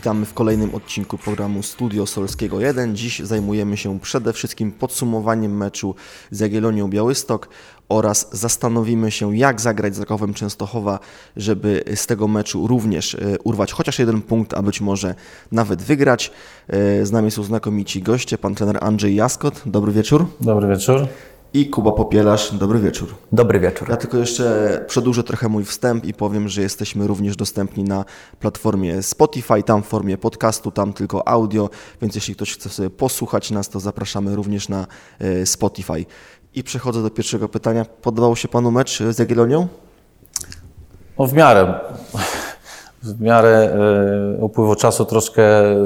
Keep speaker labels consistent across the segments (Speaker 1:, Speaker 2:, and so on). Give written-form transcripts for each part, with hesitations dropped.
Speaker 1: Witamy w kolejnym odcinku programu Studio Solskiego 1. Dziś zajmujemy się przede wszystkim podsumowaniem meczu z Jagiellonią Białystok oraz zastanowimy się, jak zagrać z Rakowem Częstochowa, żeby z tego meczu również urwać chociaż jeden punkt, a być może nawet wygrać. Z nami są znakomici goście, pan trener Andrzej Jaskot. Dobry wieczór.
Speaker 2: Dobry wieczór.
Speaker 1: I Kuba Popielarz. Dobry wieczór.
Speaker 3: Dobry wieczór.
Speaker 1: Ja tylko jeszcze przedłużę trochę mój wstęp i powiem, że jesteśmy również dostępni na platformie Spotify, tam w formie podcastu, tam tylko audio, więc jeśli ktoś chce sobie posłuchać nas, to zapraszamy również na Spotify. I przechodzę do pierwszego pytania. Podobał się panu mecz z Jagiellonią?
Speaker 2: No w miarę. W miarę upływu czasu troszkę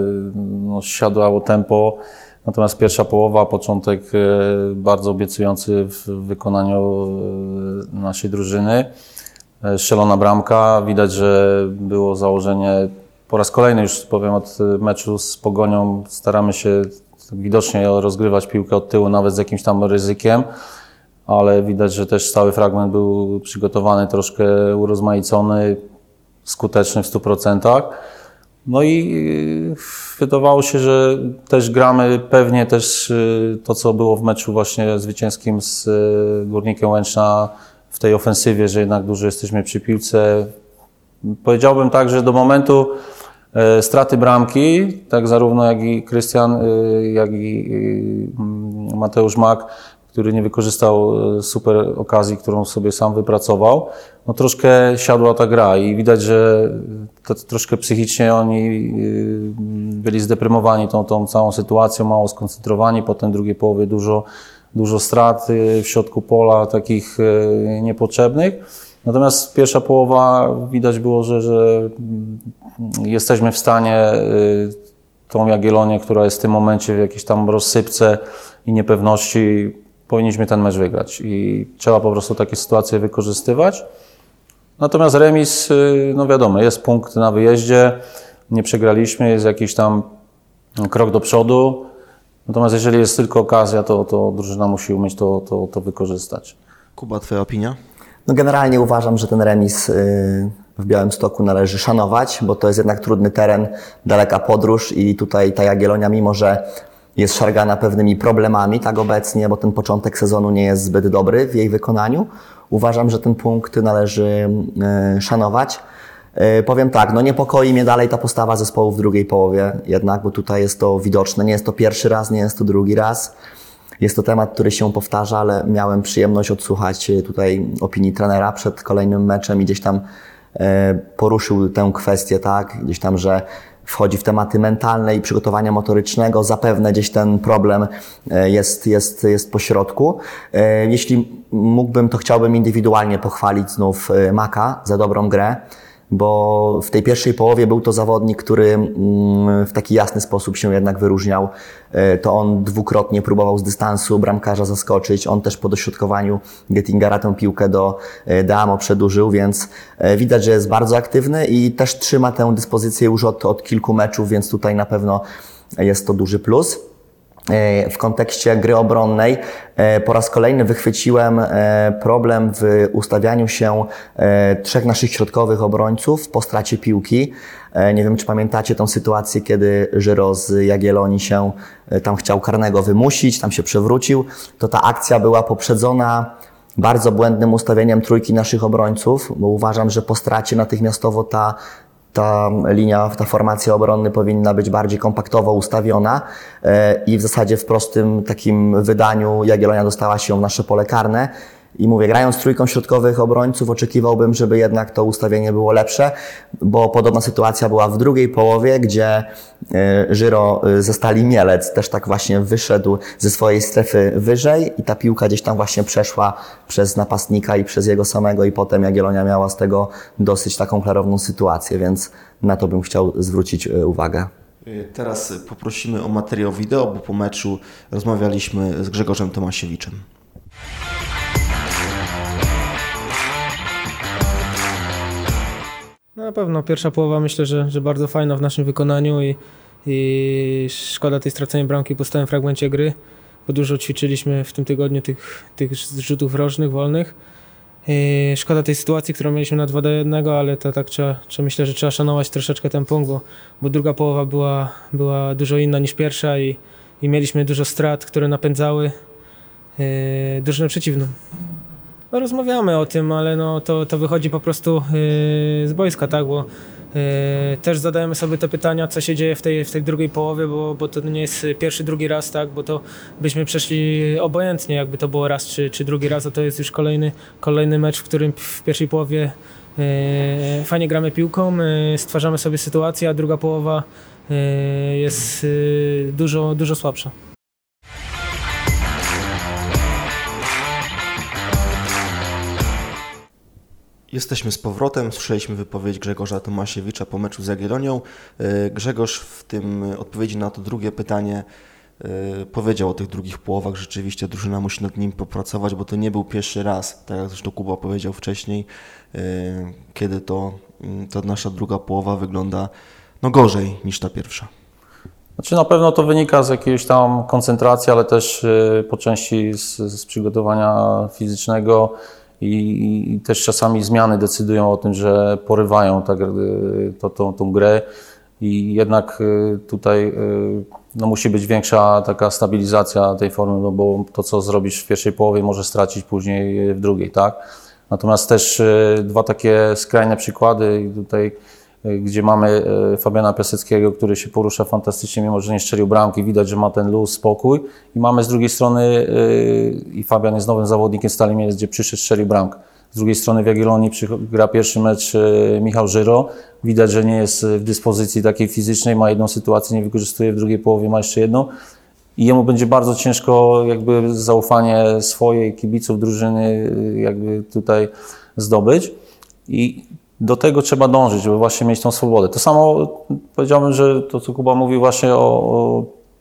Speaker 2: siadło tempo. Natomiast pierwsza połowa, początek bardzo obiecujący w wykonaniu naszej drużyny. Strzelona bramka, widać, że było założenie, po raz kolejny już powiem od meczu z Pogonią, staramy się widocznie rozgrywać piłkę od tyłu, nawet z jakimś tam ryzykiem, ale widać, że też cały fragment był przygotowany, troszkę urozmaicony, skuteczny w 100%. No i wydawało się, że też gramy pewnie też to, co było w meczu właśnie zwycięskim z Górnikiem Łęczna w tej ofensywie, że jednak dużo jesteśmy przy piłce. Powiedziałbym tak, że do momentu straty bramki, tak zarówno jak i Krystian, jak i Mateusz Mak, który nie wykorzystał super okazji, którą sobie sam wypracował, no troszkę siadła ta gra i widać, że to troszkę psychicznie oni byli zdeprymowani tą całą sytuacją, mało skoncentrowani, potem w drugiej połowie dużo strat w środku pola, takich niepotrzebnych. Natomiast pierwsza połowa widać było, że jesteśmy w stanie tą Jagiellonię, która jest w tym momencie w jakiejś tam rozsypce i niepewności, powinniśmy ten mecz wygrać i trzeba po prostu takie sytuacje wykorzystywać. Natomiast remis, no wiadomo, jest punkt na wyjeździe, nie przegraliśmy, jest jakiś tam krok do przodu. Natomiast jeżeli jest tylko okazja, to drużyna musi umieć to wykorzystać.
Speaker 1: Kuba, twoja opinia?
Speaker 3: No generalnie uważam, że ten remis w Białymstoku należy szanować, bo to jest jednak trudny teren, daleka podróż i tutaj ta Jagiellonia, mimo że jest szargana pewnymi problemami tak obecnie, bo ten początek sezonu nie jest zbyt dobry w jej wykonaniu. Uważam, że ten punkt należy szanować. Powiem tak, no niepokoi mnie dalej ta postawa zespołu w drugiej połowie jednak, bo tutaj jest to widoczne. Nie jest to pierwszy raz, nie jest to drugi raz. Jest to temat, który się powtarza, ale miałem przyjemność odsłuchać tutaj opinii trenera przed kolejnym meczem i gdzieś tam poruszył tę kwestię, tak? Gdzieś tam, że wchodzi w tematy mentalne i przygotowania motorycznego. Zapewne gdzieś ten problem jest po środku. Jeśli mógłbym, to chciałbym indywidualnie pochwalić znów Maka za dobrą grę, bo w tej pierwszej połowie był to zawodnik, który w taki jasny sposób się jednak wyróżniał. To on dwukrotnie próbował z dystansu bramkarza zaskoczyć. On też po dośrodkowaniu Gettingera tę piłkę do Deamo przedłużył, więc widać, że jest bardzo aktywny i też trzyma tę dyspozycję już od kilku meczów, więc tutaj na pewno jest to duży plus. W kontekście gry obronnej po raz kolejny wychwyciłem problem w ustawianiu się trzech naszych środkowych obrońców po stracie piłki. Nie wiem, czy pamiętacie tą sytuację, kiedy Żyro z Jagiellonii się tam chciał karnego wymusić, tam się przewrócił. To ta akcja była poprzedzona bardzo błędnym ustawieniem trójki naszych obrońców, bo uważam, że po stracie natychmiastowo ta linia, ta formacja obronna powinna być bardziej kompaktowo ustawiona i w zasadzie w prostym takim wydaniu Jagiellonia dostała się w nasze pole karne. I mówię, grając trójką środkowych obrońców, oczekiwałbym, żeby jednak to ustawienie było lepsze, bo podobna sytuacja była w drugiej połowie, gdzie Żyro ze Stali Mielec też tak właśnie wyszedł ze swojej strefy wyżej i ta piłka gdzieś tam właśnie przeszła przez napastnika i przez jego samego i potem Jagiellonia miała z tego dosyć taką klarowną sytuację, więc na to bym chciał zwrócić uwagę.
Speaker 1: Teraz poprosimy o materiał wideo, bo po meczu rozmawialiśmy z Grzegorzem Tomasiewiczem.
Speaker 4: No na pewno, pierwsza połowa myślę, że bardzo fajna w naszym wykonaniu i szkoda tej straconej bramki po stałym fragmencie gry, bo dużo ćwiczyliśmy w tym tygodniu tych rzutów rożnych, wolnych Szkoda tej sytuacji, którą mieliśmy na 2-1, ale to tak myślę, że trzeba szanować troszeczkę ten punkt, bo druga połowa była dużo inna niż pierwsza i mieliśmy dużo strat, które napędzały drużynę przeciwną. No, rozmawiamy o tym, ale no, to wychodzi po prostu z boiska, tak, bo też zadajemy sobie te pytania, co się dzieje w tej drugiej połowie, bo to nie jest pierwszy, drugi raz, tak, bo to byśmy przeszli obojętnie, jakby to było raz czy drugi raz, a to jest już kolejny mecz, w którym w pierwszej połowie fajnie gramy piłką, stwarzamy sobie sytuację, a druga połowa jest dużo słabsza.
Speaker 1: Jesteśmy z powrotem, słyszeliśmy wypowiedź Grzegorza Tomasiewicza po meczu z Jagiellonią. Grzegorz w tym odpowiedzi na to drugie pytanie powiedział o tych drugich połowach. Rzeczywiście drużyna musi nad nim popracować, bo to nie był pierwszy raz, tak jak zresztą Kuba powiedział wcześniej, kiedy to nasza druga połowa wygląda gorzej niż ta pierwsza.
Speaker 2: Znaczy na pewno to wynika z jakiejś tam koncentracji, ale też po części z przygotowania fizycznego. I też czasami zmiany decydują o tym, że porywają tą grę i jednak tutaj musi być większa taka stabilizacja tej formy, no bo to, co zrobisz w pierwszej połowie, może stracić później w drugiej, tak? Natomiast też dwa takie skrajne przykłady i tutaj, gdzie mamy Fabiana Piaseckiego, który się porusza fantastycznie, mimo że nie strzelił bramki, widać, że ma ten luz, spokój. I mamy z drugiej strony, i Fabian jest nowym zawodnikiem Stali Mielec, gdzie przyszedł, strzelił bramkę. Z drugiej strony w Jagiellonii gra pierwszy mecz Michał Żyro. Widać, że nie jest w dyspozycji takiej fizycznej, ma jedną sytuację, nie wykorzystuje, w drugiej połowie ma jeszcze jedną. I jemu będzie bardzo ciężko jakby zaufanie swojej kibiców, drużyny jakby tutaj zdobyć. I do tego trzeba dążyć, żeby właśnie mieć tą swobodę. To samo powiedziałbym, że to, co Kuba mówił właśnie o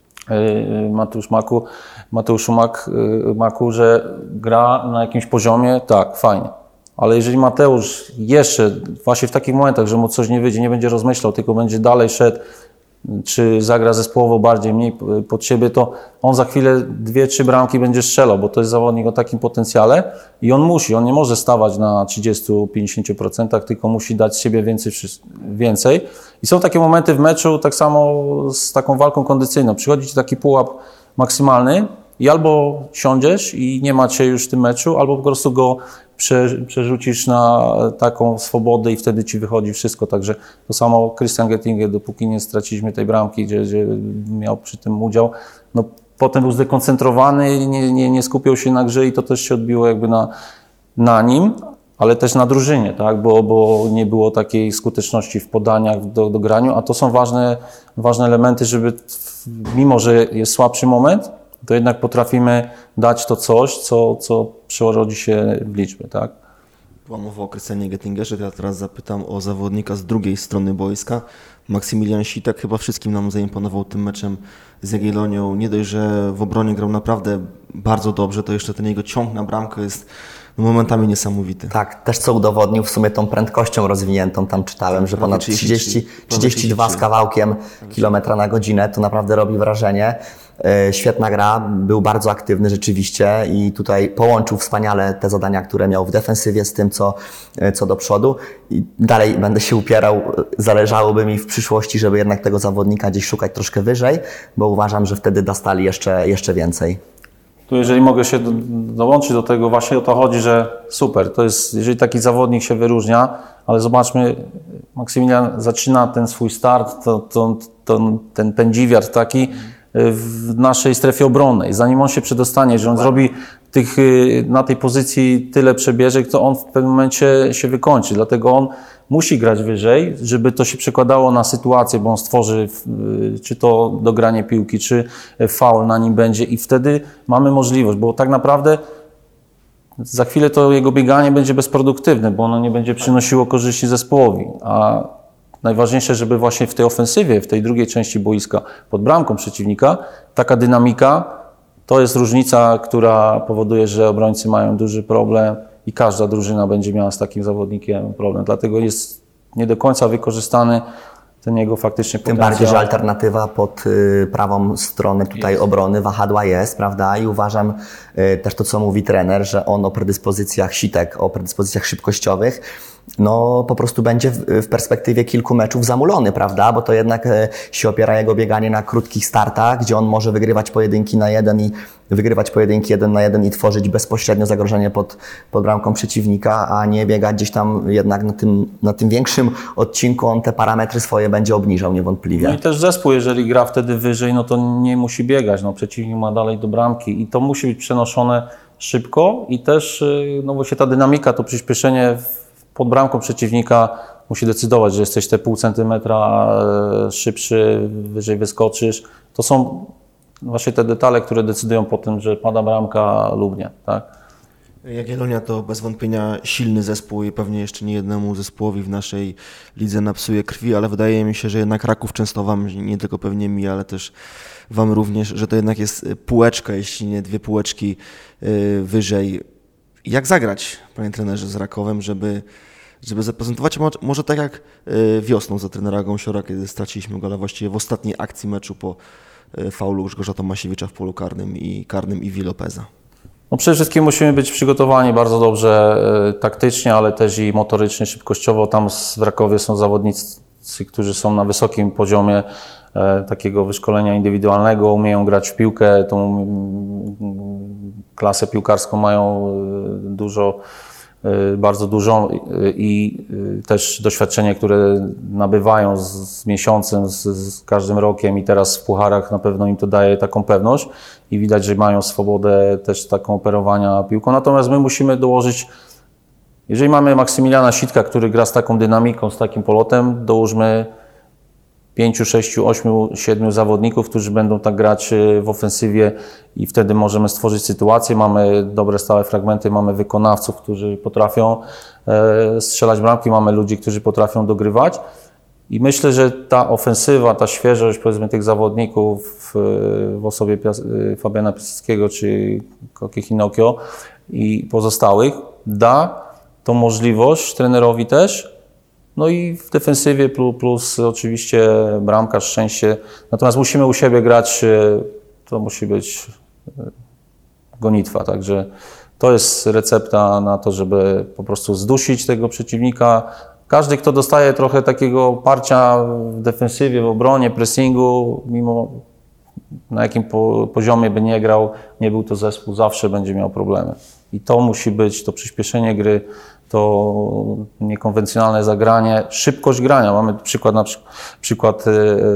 Speaker 2: Mateuszu Maku, że gra na jakimś poziomie, tak, fajnie. Ale jeżeli Mateusz jeszcze właśnie w takich momentach, że mu coś nie wyjdzie, nie będzie rozmyślał, tylko będzie dalej szedł, czy zagra zespołowo bardziej, mniej pod siebie, to on za chwilę 2-3 bramki będzie strzelał, bo to jest zawodnik o takim potencjale i on nie może stawać na 30-50%, tylko musi dać z siebie więcej. I są takie momenty w meczu, tak samo z taką walką kondycyjną. Przychodzi ci taki pułap maksymalny i albo siądziesz i nie ma cię już w tym meczu, albo po prostu go przerzucisz na taką swobodę i wtedy ci wychodzi wszystko. Także to samo Christian Gettinger, dopóki nie straciliśmy tej bramki, gdzie miał przy tym udział, no potem był zdekoncentrowany, nie skupiał się na grze i to też się odbiło jakby na nim, ale też na drużynie, tak? Bo nie było takiej skuteczności w podaniach, do graniu, a to są ważne elementy, żeby mimo, że jest słabszy moment, to jednak potrafimy dać to coś, co przerodzi się w liczbę, tak?
Speaker 1: Była mowa o Christianie Gettingerze, ja teraz zapytam o zawodnika z drugiej strony boiska. Maksymilian Sitek chyba wszystkim nam zaimponował tym meczem z Jagiellonią. Nie dość, że w obronie grał naprawdę bardzo dobrze, to jeszcze ten jego ciąg na bramkę jest momentami niesamowity.
Speaker 3: Tak, też co udowodnił w sumie tą prędkością rozwiniętą, tam czytałem, że ponad 32 z kawałkiem kilometra na godzinę, to naprawdę robi wrażenie. Świetna gra, był bardzo aktywny rzeczywiście i tutaj połączył wspaniale te zadania, które miał w defensywie z tym, co do przodu. I dalej będę się upierał, zależałoby mi w przyszłości, żeby jednak tego zawodnika gdzieś szukać troszkę wyżej, bo uważam, że wtedy da Stali jeszcze więcej.
Speaker 2: Tu jeżeli mogę się dołączyć do tego, właśnie o to chodzi, że super, to jest, jeżeli taki zawodnik się wyróżnia, ale zobaczmy, Maksymilian zaczyna ten swój start, ten pędziwiar taki w naszej strefie obronnej. Zanim on się przedostanie, że on zrobi na tej pozycji tyle przebieżek, to on w pewnym momencie się wykończy. Dlatego on musi grać wyżej, żeby to się przekładało na sytuację, bo on stworzy czy to dogranie piłki, czy faul na nim będzie i wtedy mamy możliwość, bo tak naprawdę za chwilę to jego bieganie będzie bezproduktywne, bo ono nie będzie przynosiło korzyści zespołowi, a najważniejsze, żeby właśnie w tej ofensywie, w tej drugiej części boiska, pod bramką przeciwnika, taka dynamika, to jest różnica, która powoduje, że obrońcy mają duży problem i każda drużyna będzie miała z takim zawodnikiem problem. Dlatego jest nie do końca wykorzystany ten jego faktycznie
Speaker 3: Tym
Speaker 2: potencjał.
Speaker 3: bardziej, że alternatywa pod prawą stronę tutaj obrony wahadła jest, prawda? I uważam też to, co mówi trener, że on o predyspozycjach sitek, o predyspozycjach szybkościowych, no po prostu będzie w perspektywie kilku meczów zamulony, prawda? Bo to jednak się opiera jego bieganie na krótkich startach, gdzie on może wygrywać pojedynki na jeden i wygrywać pojedynki 1 na 1 i tworzyć bezpośrednio zagrożenie pod bramką przeciwnika, a nie biegać gdzieś tam jednak na tym większym odcinku. On te parametry swoje będzie obniżał niewątpliwie.
Speaker 2: No i też zespół, jeżeli gra wtedy wyżej, no to nie musi biegać, no przeciwnik ma dalej do bramki i to musi być przenoszone szybko i też, no właśnie ta dynamika, to przyspieszenie pod bramką przeciwnika musi decydować, że jesteś te pół centymetra szybszy, wyżej wyskoczysz. To są właśnie te detale, które decydują po tym, że pada bramka lub nie, tak?
Speaker 1: Jagiellonia to bez wątpienia silny zespół i pewnie jeszcze nie jednemu zespołowi w naszej lidze napsuje krwi, ale wydaje mi się, że jednak Raków Częstochowa, nie tylko pewnie mi, ale też Wam również, że to jednak jest półeczka, jeśli nie 2 półeczki wyżej. Jak zagrać, panie trenerze, z Rakowem, żeby zaprezentować, może tak jak wiosną za trenera Gąsiora, kiedy straciliśmy gola właściwie w ostatniej akcji meczu po faulu Grzegorza Tomasiewicza w polu karnym i Wilopeza.
Speaker 2: No przede wszystkim musimy być przygotowani bardzo dobrze taktycznie, ale też i motorycznie, szybkościowo. Tam w Rakowie są zawodnicy, którzy są na wysokim poziomie takiego wyszkolenia indywidualnego, umieją grać w piłkę, tą klasę piłkarską mają bardzo dużą i też doświadczenie, które nabywają z miesiącem, z każdym rokiem i teraz w pucharach na pewno im to daje taką pewność i widać, że mają swobodę też taką operowania piłką. Natomiast my musimy dołożyć, jeżeli mamy Maksymiliana Sitka, który gra z taką dynamiką, z takim polotem, dołóżmy 5, 6, 8, 7 zawodników, którzy będą tak grać w ofensywie i wtedy możemy stworzyć sytuację. Mamy dobre stałe fragmenty, mamy wykonawców, którzy potrafią strzelać bramki, mamy ludzi, którzy potrafią dogrywać i myślę, że ta ofensywa, ta świeżość powiedzmy tych zawodników w osobie Fabiana Piaseckiego czy Koki Hinokio i pozostałych da tą możliwość trenerowi też. No i w defensywie plus oczywiście bramka, szczęście. Natomiast musimy u siebie grać, to musi być gonitwa. Także to jest recepta na to, żeby po prostu zdusić tego przeciwnika. Każdy, kto dostaje trochę takiego parcia w defensywie, w obronie, pressingu, mimo na jakim poziomie by nie grał, nie był to zespół, zawsze będzie miał problemy. I to musi być to przyspieszenie gry, to niekonwencjonalne zagranie, szybkość grania. Mamy przykład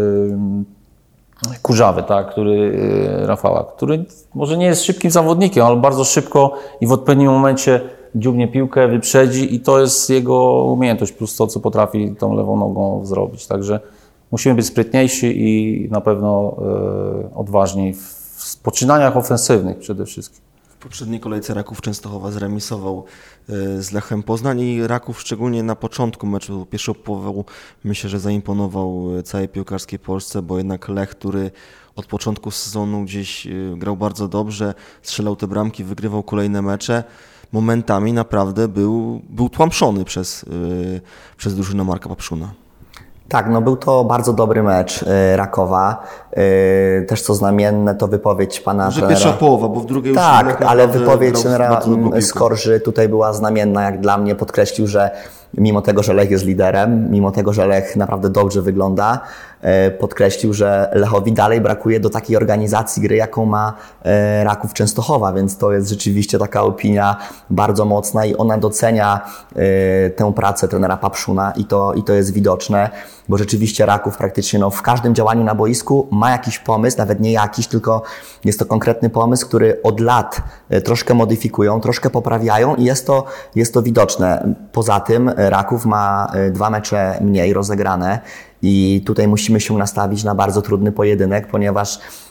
Speaker 2: Kurzawy, tak, Rafała, który może nie jest szybkim zawodnikiem, ale bardzo szybko i w odpowiednim momencie dziubnie piłkę, wyprzedzi i to jest jego umiejętność, plus to, co potrafi tą lewą nogą zrobić. Także musimy być sprytniejsi i na pewno odważni w poczynaniach ofensywnych przede wszystkim.
Speaker 1: W poprzedniej kolejce Raków Częstochowa zremisował z Lechem Poznań i Raków szczególnie na początku meczu, pierwszą połowę, myślę, że zaimponował całej piłkarskiej Polsce, bo jednak Lech, który od początku sezonu gdzieś grał bardzo dobrze, strzelał te bramki, wygrywał kolejne mecze, momentami naprawdę był tłamszony przez drużynę Marka Papszuna.
Speaker 3: Tak, no był to bardzo dobry mecz Rakowa. Też co znamienne, to wypowiedź pana trenera.
Speaker 1: Pierwsza połowa, bo w drugiej już
Speaker 3: tak, ale wypowiedź trenera Skorży tutaj była znamienna, jak dla mnie. Podkreślił, że mimo tego, że Lech jest liderem, mimo tego, że Lech naprawdę dobrze wygląda, podkreślił, że Lechowi dalej brakuje do takiej organizacji gry, jaką ma Raków Częstochowa, więc to jest rzeczywiście taka opinia bardzo mocna i ona docenia tę pracę trenera Papszuna i to jest widoczne, bo rzeczywiście Raków praktycznie w każdym działaniu na boisku ma jakiś pomysł, nawet nie jakiś, tylko jest to konkretny pomysł, który od lat troszkę modyfikują, troszkę poprawiają i jest to widoczne. Poza tym Raków ma 2 mecze mniej rozegrane i tutaj musimy się nastawić na bardzo trudny pojedynek, ponieważ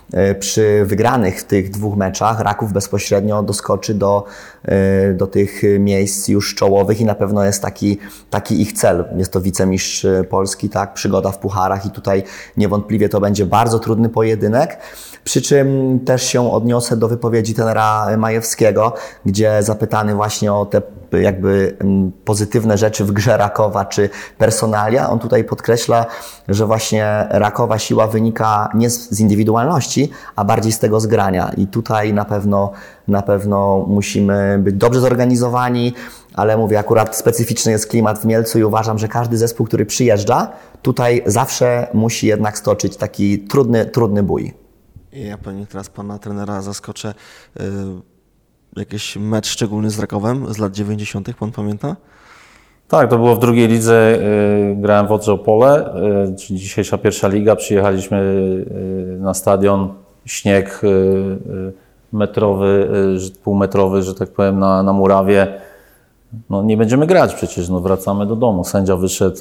Speaker 3: przy wygranych w tych 2 meczach Raków bezpośrednio doskoczy do tych miejsc już czołowych i na pewno jest taki ich cel. Jest to wicemistrz Polski, tak, przygoda w pucharach i tutaj niewątpliwie to będzie bardzo trudny pojedynek. Przy czym też się odniosę do wypowiedzi trenera Majewskiego, gdzie zapytany właśnie o te jakby pozytywne rzeczy w grze Rakowa czy personalia, on tutaj podkreśla, że właśnie Rakowa siła wynika nie z indywidualności, a bardziej z tego zgrania i tutaj na pewno musimy być dobrze zorganizowani, ale mówię, akurat specyficzny jest klimat w Mielcu i uważam, że każdy zespół, który przyjeżdża, tutaj zawsze musi jednak stoczyć taki trudny bój.
Speaker 1: Ja pewnie teraz pana trenera zaskoczę. Jakiś mecz szczególny z Rakowem z lat 90. pan pamięta?
Speaker 2: Tak, to było w drugiej lidze, grałem w Odrze Opole, czyli dzisiejsza pierwsza liga. Przyjechaliśmy na stadion, śnieg metrowy, półmetrowy, że tak powiem, na murawie. No nie będziemy grać przecież, no wracamy do domu. Sędzia wyszedł,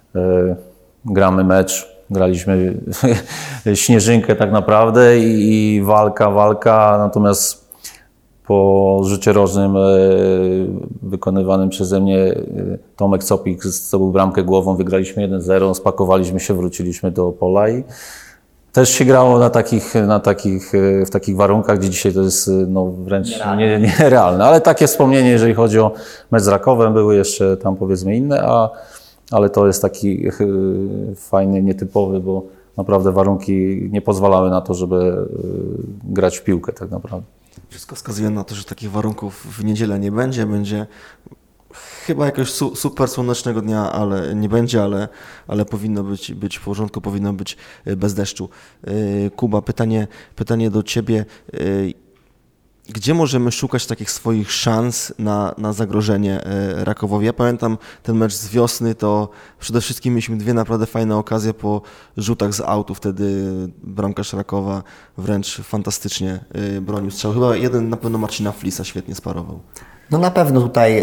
Speaker 2: gramy mecz. Graliśmy śnieżynkę tak naprawdę i walka, natomiast po rzucie rożnym wykonywanym przeze mnie Tomek Copik zdobył bramkę głową, wygraliśmy 1-0, spakowaliśmy się, wróciliśmy do pola i też się grało w takich warunkach, gdzie dzisiaj to jest no, wręcz nierealne. Ale takie wspomnienie, jeżeli chodzi o mecz z Rakowem, były jeszcze tam powiedzmy inne, ale to jest taki fajny, nietypowy, bo naprawdę warunki nie pozwalały na to, żeby grać w piłkę tak naprawdę.
Speaker 1: Wszystko wskazuje na to, że takich warunków w niedzielę nie będzie. Będzie chyba jakiegoś super słonecznego dnia, ale nie będzie, ale powinno być w porządku, powinno być bez deszczu. Kuba, pytanie do ciebie. Gdzie możemy szukać takich swoich szans na zagrożenie Rakowowi? Ja pamiętam ten mecz z wiosny, to przede wszystkim mieliśmy 2 naprawdę fajne okazje po rzutach z autu. Wtedy bramkarz Rakowa wręcz fantastycznie bronił strzał. Chyba jeden na pewno Marcina Flisa świetnie sparował.
Speaker 3: No na pewno tutaj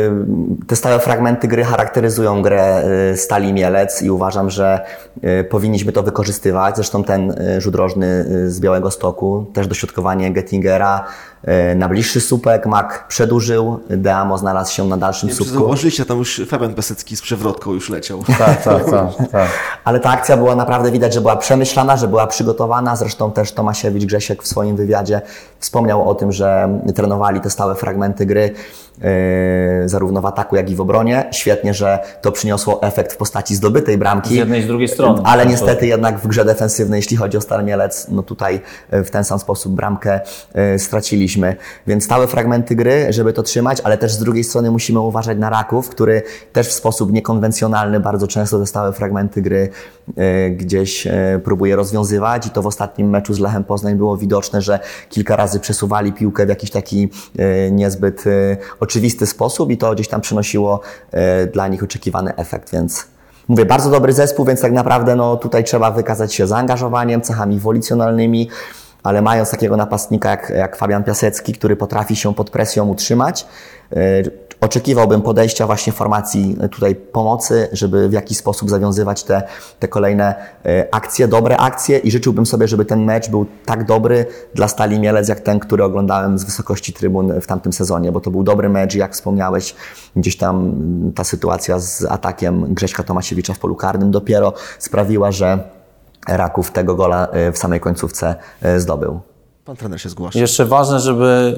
Speaker 3: te stałe fragmenty gry charakteryzują grę Stali Mielec i uważam, że powinniśmy to wykorzystywać. Zresztą ten rzut rożny z Białegostoku, też dośrodkowanie Gettingera na bliższy słupek, Mak przedłużył, Deamo znalazł się na dalszym słupku.
Speaker 1: Zauważyliście, tam już Fabian Pesecki z przewrotką już leciał.
Speaker 2: Tak.
Speaker 3: Ale ta akcja była naprawdę widać, że była przemyślana, że była przygotowana. Zresztą też Tomasiewicz Grzesiek w swoim wywiadzie wspomniał o tym, że trenowali te stałe fragmenty gry zarówno w ataku, jak i w obronie. Świetnie, że to przyniosło efekt w postaci zdobytej bramki.
Speaker 2: Z jednej i z drugiej strony.
Speaker 3: Ale niestety jednak w grze defensywnej, jeśli chodzi o Stal Mielec, no tutaj w ten sam sposób bramkę straciliśmy. Więc stałe fragmenty gry, żeby to trzymać, ale też z drugiej strony musimy uważać na Raków, który też w sposób niekonwencjonalny bardzo często te stałe fragmenty gry gdzieś próbuje rozwiązywać i to w ostatnim meczu z Lechem Poznań było widoczne, że kilka razy przesuwali piłkę w jakiś taki niezbyt oczywisty sposób i to gdzieś tam przynosiło dla nich oczekiwany efekt, więc mówię, bardzo dobry zespół, więc tak naprawdę no, tutaj trzeba wykazać się zaangażowaniem, cechami wolicjonalnymi, ale mając takiego napastnika jak Fabian Piasecki, który potrafi się pod presją utrzymać, oczekiwałbym podejścia właśnie formacji tutaj pomocy, żeby w jakiś sposób zawiązywać te kolejne akcje, dobre akcje i życzyłbym sobie, żeby ten mecz był tak dobry dla Stali Mielec, jak ten, który oglądałem z wysokości trybun w tamtym sezonie, bo to był dobry mecz i jak wspomniałeś, gdzieś tam ta sytuacja z atakiem Grześka Tomasiewicza w polu karnym dopiero sprawiła, że Raków tego gola w samej końcówce zdobył.
Speaker 1: Pan trener się zgłasza.
Speaker 2: Jeszcze ważne, żeby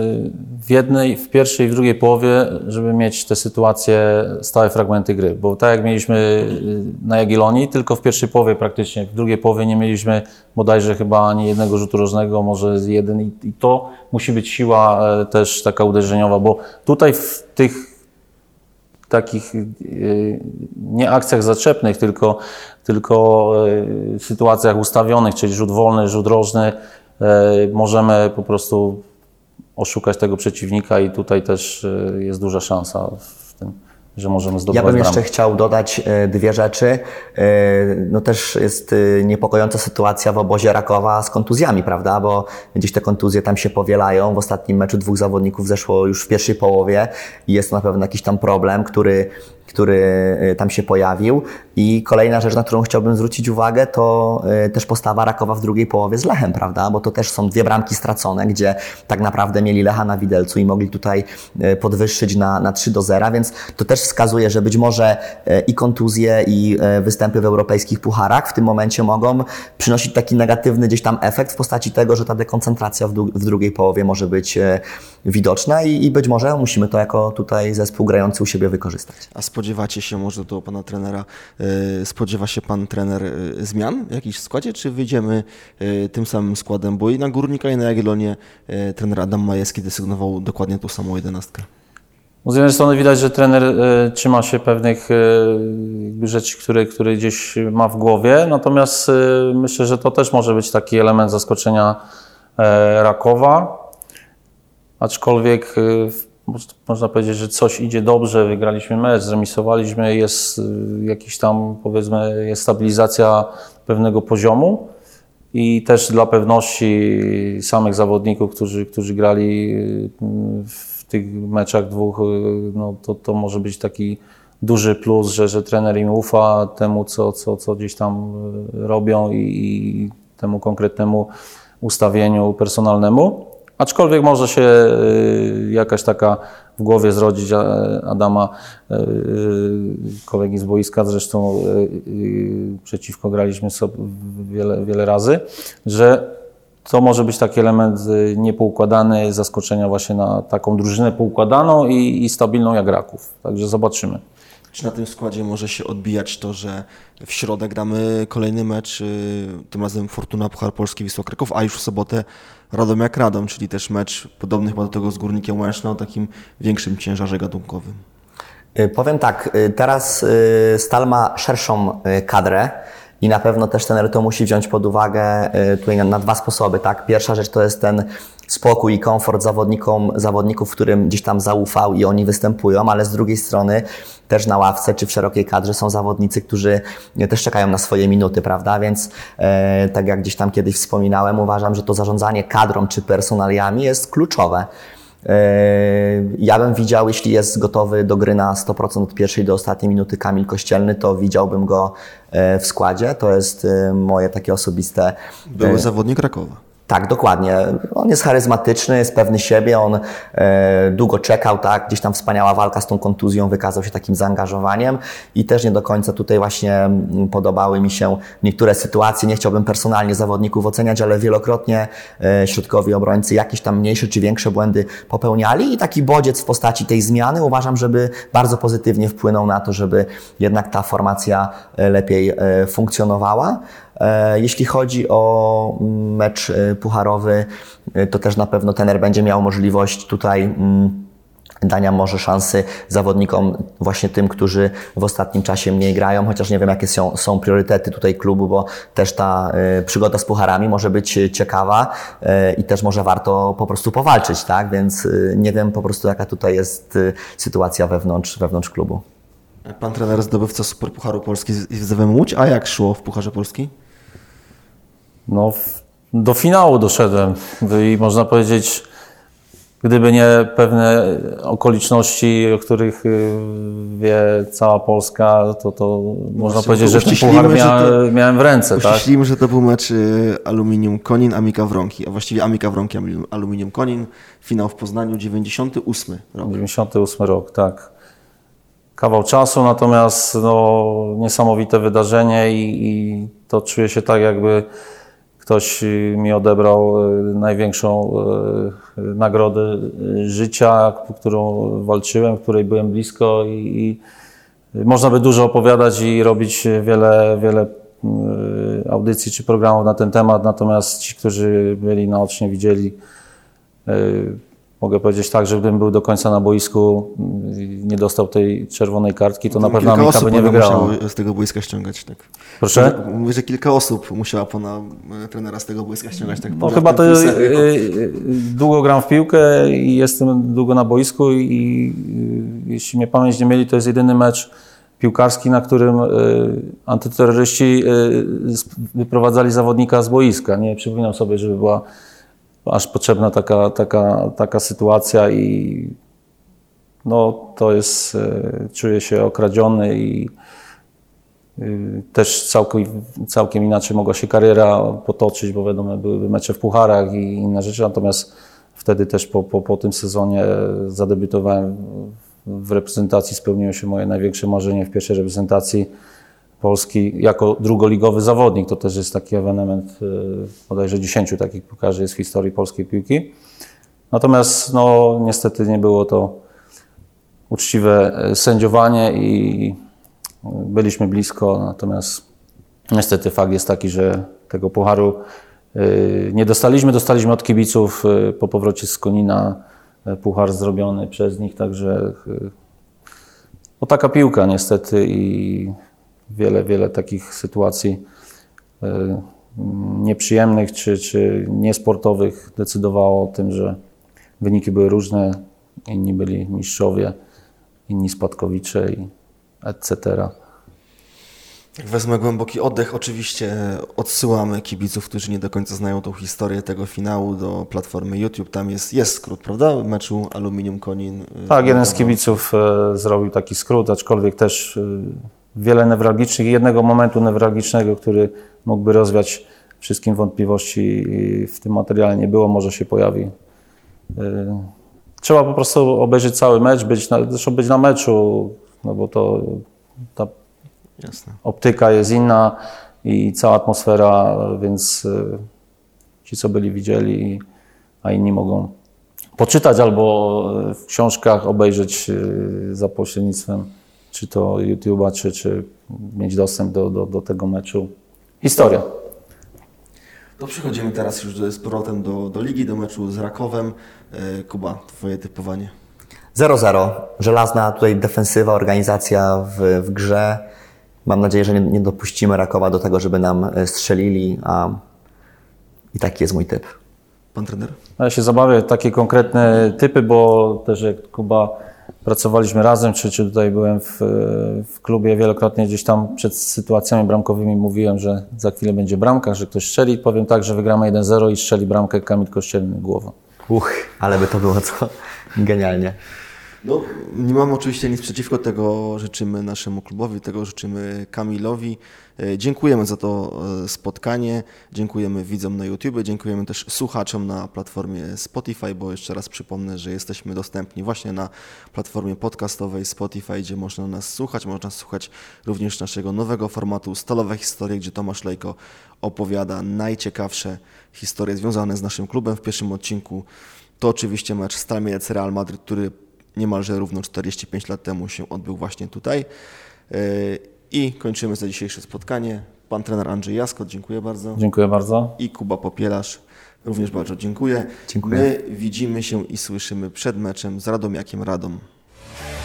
Speaker 2: w pierwszej i w drugiej połowie, żeby mieć te sytuacje, stałe fragmenty gry. Bo tak jak mieliśmy na Jagiellonii, tylko w pierwszej połowie praktycznie, w drugiej połowie nie mieliśmy bodajże chyba ani jednego rzutu rożnego, może jeden i to musi być siła też taka uderzeniowa, bo tutaj w tych takich nie akcjach zaczepnych, tylko sytuacjach ustawionych, czyli rzut wolny, rzut rożny, możemy po prostu oszukać tego przeciwnika i tutaj też jest duża szansa w tym, że możemy zdobywać
Speaker 3: Ja bym jeszcze
Speaker 2: bramę.
Speaker 3: chciał dodać 2 rzeczy. No też jest niepokojąca sytuacja w obozie Rakowa z kontuzjami, prawda? Bo gdzieś te kontuzje tam się powielają. W ostatnim meczu 2 zawodników zeszło już w pierwszej połowie i jest to na pewno jakiś tam problem, który który tam się pojawił. I kolejna rzecz, na którą chciałbym zwrócić uwagę, to też postawa Rakowa w drugiej połowie z Lechem, prawda? Bo to też są 2 bramki stracone, gdzie tak naprawdę mieli Lecha na widelcu i mogli tutaj podwyższyć na 3-0, więc to też wskazuje, że być może i kontuzje, i występy w europejskich pucharach w tym momencie mogą przynosić taki negatywny gdzieś tam efekt w postaci tego, że ta dekoncentracja w drugiej połowie może być widoczna i być może musimy to jako tutaj zespół grający u siebie wykorzystać.
Speaker 1: A spodziewacie się, może do pana trenera, spodziewa się pan trener zmian w jakimś składzie, czy wyjdziemy tym samym składem? Bo i na Górnika, i na Jagiellonię trener Adam Majewski desygnował dokładnie tą samą 11.
Speaker 2: Z jednej strony widać, że trener trzyma się pewnych rzeczy, które gdzieś ma w głowie, natomiast myślę, że to też może być taki element zaskoczenia Rakowa, aczkolwiek można powiedzieć, że coś idzie dobrze, wygraliśmy mecz, zremisowaliśmy, jest jakiś tam, powiedzmy, jest stabilizacja pewnego poziomu i też dla pewności samych zawodników, którzy grali w tych meczach 2, no to może być taki duży plus, że trener im ufa temu, co gdzieś tam robią i temu konkretnemu ustawieniu personalnemu. Aczkolwiek może się jakaś taka w głowie zrodzić Adama, kolegi z boiska, zresztą przeciwko graliśmy sobie wiele razy, że to może być taki element niepoukładany, zaskoczenia właśnie na taką drużynę poukładaną i stabilną jak Raków. Także zobaczymy.
Speaker 1: Czy na tym składzie może się odbijać to, że w środę gramy kolejny mecz, tym razem Fortuna Puchar Polski Wisła Kraków, a już w sobotę Radomiak Radom, czyli też mecz podobny chyba do tego z Górnikiem Łęczna o takim większym ciężarze gatunkowym?
Speaker 3: Powiem tak, teraz Stal ma szerszą kadrę i na pewno też trener to musi wziąć pod uwagę tutaj na 2 sposoby. Tak? Pierwsza rzecz to jest ten spokój i komfort zawodników, którym gdzieś tam zaufał i oni występują, ale z drugiej strony też na ławce czy w szerokiej kadrze są zawodnicy, którzy też czekają na swoje minuty, prawda? Więc tak jak gdzieś tam kiedyś wspominałem, uważam, że to zarządzanie kadrą czy personaliami jest kluczowe. Ja bym widział, jeśli jest gotowy do gry na 100% od pierwszej do ostatniej minuty Kamil Kościelny, to widziałbym go w składzie. To jest moje takie osobiste...
Speaker 1: Były zawodnik Rakowa.
Speaker 3: Tak, dokładnie. On jest charyzmatyczny, jest pewny siebie, on długo czekał, tak, gdzieś tam wspaniała walka z tą kontuzją, wykazał się takim zaangażowaniem i też nie do końca tutaj właśnie podobały mi się niektóre sytuacje. Nie chciałbym personalnie zawodników oceniać, ale wielokrotnie środkowi obrońcy jakieś tam mniejsze czy większe błędy popełniali i taki bodziec w postaci tej zmiany uważam, żeby bardzo pozytywnie wpłynął na to, żeby jednak ta formacja lepiej funkcjonowała. Jeśli chodzi o mecz pucharowy, to też na pewno trener będzie miał możliwość tutaj dania może szansy zawodnikom, właśnie tym, którzy w ostatnim czasie mniej grają, chociaż nie wiem, jakie są priorytety tutaj klubu, bo też ta przygoda z pucharami może być ciekawa i też może warto po prostu powalczyć, tak? Więc nie wiem po prostu, jaka tutaj jest sytuacja wewnątrz klubu.
Speaker 1: Pan trener zdobywca Superpucharu Polski z ZWM Łódź, a jak szło w Pucharze Polski?
Speaker 2: No, do finału doszedłem i można powiedzieć, gdyby nie pewne okoliczności, o których wie cała Polska, to można powiedzieć, że ten puchar miałem w ręce.
Speaker 1: Uściślimy, że to był mecz Aluminium Konin, Amika Wronki, a właściwie Amika Wronki, Aluminium Konin, finał w Poznaniu, 98 rok.
Speaker 2: 98 rok, tak. Kawał czasu, natomiast no, niesamowite wydarzenie i to czuję się tak, jakby ktoś mi odebrał największą nagrodę życia, którą walczyłem, której byłem blisko i można by dużo opowiadać i robić wiele audycji czy programów na ten temat, natomiast ci, którzy byli naocznie, widzieli, mogę powiedzieć tak, że gdybym był do końca na boisku i nie dostał tej czerwonej kartki, to na pewno Amika by nie wygrała.
Speaker 1: Z tego boiska ściągać, tak.
Speaker 2: Proszę?
Speaker 1: Mówię, że kilka osób musiała pana trenera z tego boiska ściągać. Tak,
Speaker 2: no chyba to długo gram w piłkę i jestem długo na boisku i jeśli mnie pamięć nie myli, to jest jedyny mecz piłkarski, na którym antyterroryści wyprowadzali zawodnika z boiska. Nie przypominam sobie, żeby była aż potrzebna taka sytuacja i no to jest, czuję się okradziony i też całkiem inaczej mogła się kariera potoczyć, bo wiadomo, były mecze w pucharach i inne rzeczy, natomiast wtedy też po tym sezonie zadebiutowałem w reprezentacji, spełniło się moje największe marzenie w pierwszej reprezentacji Polski jako drugoligowy zawodnik. To też jest taki ewenement, bodajże 10 takich piłkarzy jest w historii polskiej piłki. Natomiast no, niestety nie było to uczciwe sędziowanie i byliśmy blisko, natomiast niestety fakt jest taki, że tego pucharu nie dostaliśmy. Dostaliśmy od kibiców po powrocie z Konina puchar zrobiony przez nich, także no, taka piłka niestety i wiele takich sytuacji nieprzyjemnych czy niesportowych decydowało o tym, że wyniki były różne, inni byli mistrzowie, inni spadkowicze i etc.
Speaker 1: Jak wezmę głęboki oddech, oczywiście odsyłamy kibiców, którzy nie do końca znają tą historię tego finału, do platformy YouTube. Tam jest skrót, prawda? Meczu Aluminium Konin.
Speaker 2: Tak, jeden z kibiców zrobił taki skrót, aczkolwiek też wiele newralgicznych i jednego momentu newralgicznego, który mógłby rozwiać wszystkim wątpliwości w tym materiale nie było, może się pojawi. Trzeba po prostu obejrzeć cały mecz, być na meczu, no bo to ta
Speaker 1: Jasne. Optyka
Speaker 2: jest inna i cała atmosfera, więc ci, co byli, widzieli, a inni mogą poczytać albo w książkach obejrzeć za pośrednictwem czy to YouTube'a, czy mieć dostęp do tego meczu. Historia.
Speaker 1: To przechodzimy teraz już z powrotem do ligi, do meczu z Rakowem. Kuba, twoje typowanie.
Speaker 3: 0-0. Żelazna tutaj defensywa, organizacja w grze. Mam nadzieję, że nie dopuścimy Rakowa do tego, żeby nam strzelili, i taki jest mój typ.
Speaker 1: Pan trener?
Speaker 2: Ja się zabawię w takie konkretne typy, bo też jak Kuba pracowaliśmy razem, czy tutaj byłem w klubie wielokrotnie gdzieś tam przed sytuacjami bramkowymi mówiłem, że za chwilę będzie bramka, że ktoś strzeli. Powiem tak, że wygramy 1-0 i strzeli bramkę Kamil Kościelny głową.
Speaker 3: Ale by to było to genialnie.
Speaker 1: No, nie mam oczywiście nic przeciwko, tego życzymy naszemu klubowi, tego życzymy Kamilowi. Dziękujemy za to spotkanie, dziękujemy widzom na YouTube, dziękujemy też słuchaczom na platformie Spotify, bo jeszcze raz przypomnę, że jesteśmy dostępni właśnie na platformie podcastowej Spotify, gdzie można nas słuchać również naszego nowego formatu Stalowe Historie, gdzie Tomasz Lejko opowiada najciekawsze historie związane z naszym klubem. W pierwszym odcinku to oczywiście mecz Stal Mielec Real Madryt, który niemalże równo 45 lat temu się odbył właśnie tutaj. I kończymy za dzisiejsze spotkanie. Pan trener Andrzej Jaskot, dziękuję bardzo.
Speaker 2: Dziękuję bardzo.
Speaker 1: I Kuba Popielarz, również bardzo dziękuję.
Speaker 3: Dziękuję.
Speaker 1: My widzimy się i słyszymy przed meczem z Radomiakiem Radom.